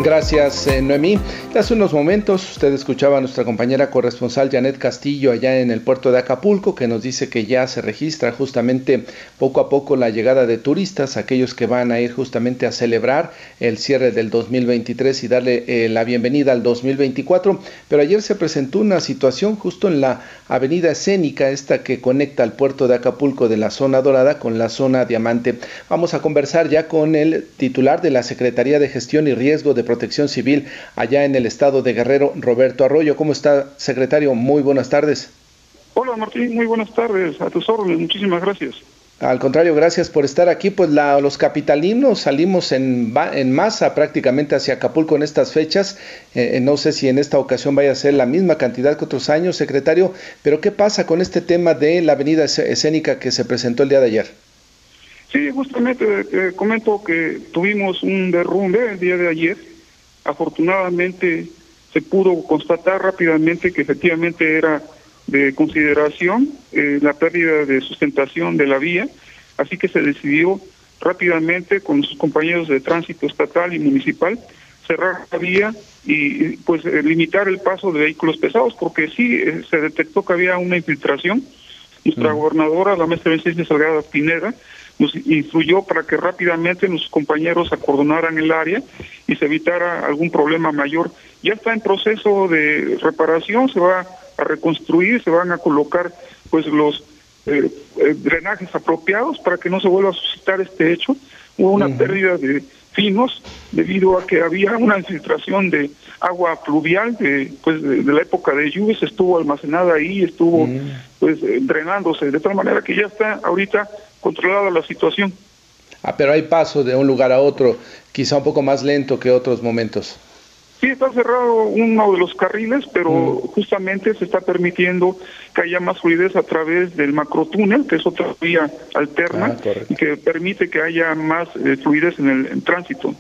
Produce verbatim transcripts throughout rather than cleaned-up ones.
Gracias, eh, Noemí. Hace unos momentos usted escuchaba a nuestra compañera corresponsal Janet Castillo allá en el puerto de Acapulco, que nos dice que ya se registra justamente poco a poco la llegada de turistas, aquellos que van a ir justamente a celebrar el cierre del dos mil veintitrés y darle eh, la bienvenida al dos mil veinticuatro. Pero ayer se presentó una situación justo en la avenida escénica, esta que conecta al puerto de Acapulco de la zona dorada con la zona diamante. Vamos a conversar ya con el titular de la Secretaría de Gestión y Riesgo de Protección Civil allá en el estado de Guerrero, Roberto Arroyo. ¿Cómo está, secretario? Muy buenas tardes. Hola, Martín, muy buenas tardes. A tus órdenes, muchísimas gracias. Al contrario, gracias por estar aquí. Pues la, los capitalinos salimos en, en masa prácticamente hacia Acapulco en estas fechas. Eh, no sé si en esta ocasión vaya a ser la misma cantidad que otros años, secretario, pero ¿qué pasa con este tema de la avenida escénica que se presentó el día de ayer? Sí, justamente te comento que tuvimos un derrumbe el día de ayer. Afortunadamente se pudo constatar rápidamente que efectivamente era de consideración eh, la pérdida de sustentación de la vía, así que se decidió rápidamente con sus compañeros de tránsito estatal y municipal cerrar la vía y pues eh, limitar el paso de vehículos pesados, porque sí eh, se detectó que había una infiltración. Nuestra mm. gobernadora, la maestra Vicente Salgado Pineda, nos instruyó para que rápidamente nuestros compañeros acordonaran el área y se evitara algún problema mayor. Ya está en proceso de reparación, se va a reconstruir, se van a colocar pues los eh, eh, drenajes apropiados para que no se vuelva a suscitar este hecho. Hubo una uh-huh. pérdida de finos debido a que había una infiltración de agua pluvial de pues de, de la época de lluvias, estuvo almacenada ahí, estuvo uh-huh. pues eh, drenándose, de tal manera que ya está ahorita controlada la situación. Ah, pero hay paso de un lugar a otro, quizá un poco más lento que otros momentos. Sí, está cerrado uno de los carriles, pero mm. justamente se está permitiendo que haya más fluidez a través del macrotúnel, que es otra vía alterna, ah, y que permite que haya más eh, fluidez en el en tránsito.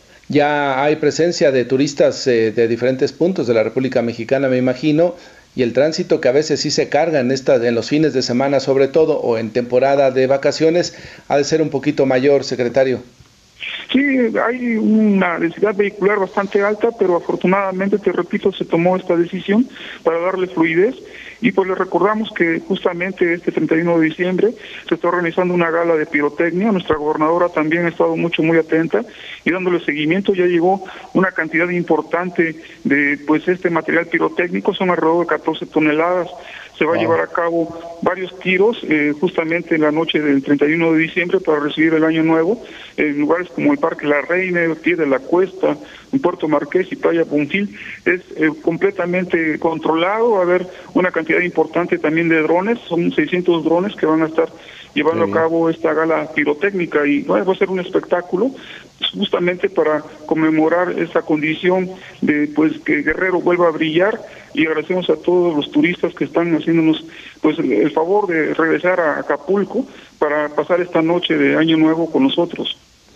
Ya hay presencia de turistas eh, de diferentes puntos de la República Mexicana, me imagino, y el tránsito que a veces sí se carga en, esta, en los fines de semana sobre todo, o en temporada de vacaciones, ha de ser un poquito mayor, secretario. Sí, hay una densidad vehicular bastante alta, pero afortunadamente, te repito, se tomó esta decisión para darle fluidez. Y pues les recordamos que justamente este treinta y uno de diciembre se está organizando una gala de pirotecnia. Nuestra gobernadora también ha estado mucho, muy atenta y dándole seguimiento. Ya llegó una cantidad importante de pues este material pirotécnico, son alrededor de catorce toneladas. Se va wow. a llevar a cabo varios tiros eh, justamente en la noche del treinta y uno de diciembre para recibir el año nuevo en lugares como el Parque La Reina, el Pie de la Cuesta, en Puerto Marqués y Playa Bonfil. Es eh, completamente controlado, va a haber una cantidad importante también de drones, son seiscientos drones que van a estar llevando a cabo esta gala pirotécnica y bueno, va a ser un espectáculo justamente para conmemorar esta condición de pues que Guerrero vuelva a brillar, y agradecemos a todos los turistas que están haciéndonos pues el favor de regresar a Acapulco para pasar esta noche de Año Nuevo con nosotros.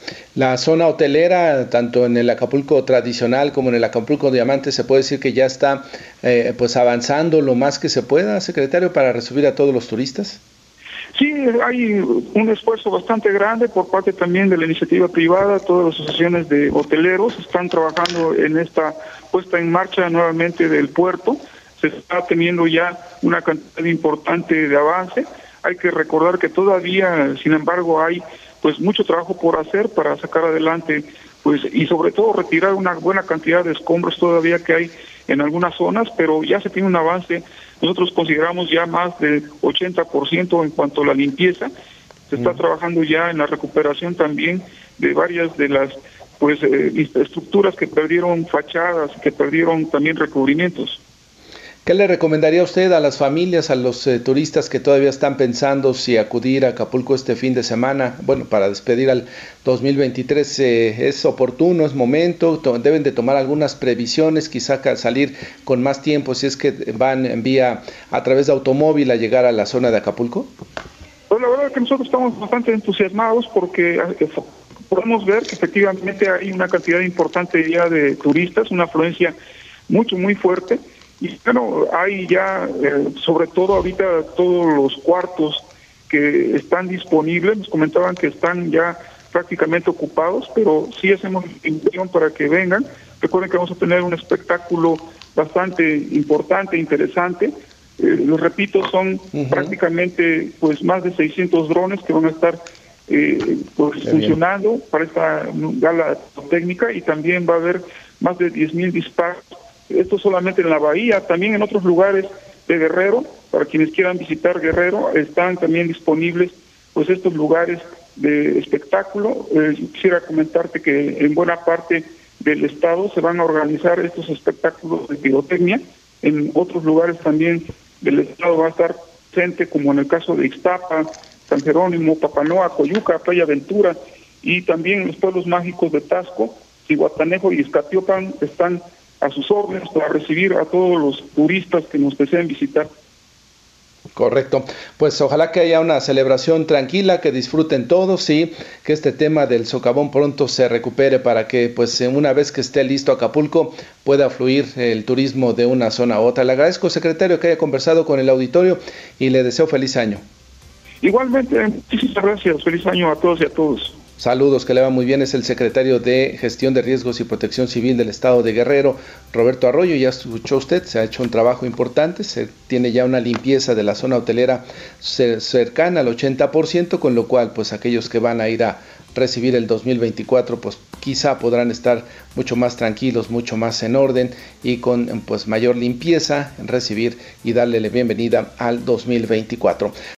La zona hotelera, tanto en el Acapulco tradicional como en el Acapulco Diamante, se puede decir que ya está eh, pues avanzando lo más que se pueda, secretario, para recibir a todos los turistas. Sí, hay un esfuerzo bastante grande por parte también de la iniciativa privada. Todas las asociaciones de hoteleros están trabajando en esta puesta en marcha nuevamente del puerto. Se está teniendo ya una cantidad importante de avance. Hay que recordar que todavía, sin embargo, hay pues mucho trabajo por hacer para sacar adelante pues y sobre todo retirar una buena cantidad de escombros todavía que hay en algunas zonas, pero ya se tiene un avance. Nosotros consideramos ya más del ochenta por ciento en cuanto a la limpieza. Se está mm. trabajando ya en la recuperación también de varias de las pues eh, estructuras que perdieron fachadas, que perdieron también recubrimientos. ¿Qué le recomendaría usted a las familias, a los eh, turistas que todavía están pensando si acudir a Acapulco este fin de semana? Bueno, para despedir al dos mil veintitrés, eh, ¿es oportuno, es momento? ¿Deben de tomar algunas previsiones, quizá salir con más tiempo si es que van en vía a través de automóvil a llegar a la zona de Acapulco? Pues la verdad es que nosotros estamos bastante entusiasmados porque eh, podemos ver que efectivamente hay una cantidad importante ya de turistas, una afluencia mucho, muy fuerte. Y bueno, hay ya, eh, sobre todo ahorita, todos los cuartos que están disponibles, nos comentaban que están ya prácticamente ocupados, pero sí hacemos invitación para que vengan, Recuerden que vamos a tener un espectáculo bastante importante, interesante. Eh, lo repito, son uh-huh. prácticamente pues más de seiscientos drones que van a estar eh, pues, funcionando bien. Para esta gala técnica, y también va a haber más de diez mil disparos. Esto solamente en la bahía, también en otros lugares de Guerrero. Para quienes quieran visitar Guerrero, están también disponibles pues estos lugares de espectáculo. Eh, quisiera comentarte que en buena parte del estado se van a organizar estos espectáculos de pirotecnia. En otros lugares también del estado va a estar presente, como en el caso de Ixtapa, San Jerónimo, Papanoa, Coyuca, Playa Ventura, y también los pueblos mágicos de Tasco, Zihuatanejo y Izcatiopan están a sus órdenes para recibir a todos los turistas que nos deseen visitar. Correcto, pues ojalá que haya una celebración tranquila, que disfruten todos y que este tema del socavón pronto se recupere para que pues una vez que esté listo Acapulco pueda fluir el turismo de una zona a otra. Le agradezco, secretario, que haya conversado con el auditorio y le deseo feliz año. Igualmente, muchísimas gracias, feliz año a todos y a todos. Saludos, que le va muy bien. Es el secretario de Gestión de Riesgos y Protección Civil del Estado de Guerrero, Roberto Arroyo. Ya escuchó usted, se ha hecho un trabajo importante, se tiene ya una limpieza de la zona hotelera cercana al ochenta por ciento, con lo cual pues aquellos que van a ir a recibir el dos mil veinticuatro pues quizá podrán estar mucho más tranquilos, mucho más en orden y con pues mayor limpieza en recibir y darle la bienvenida al dos mil veinticuatro.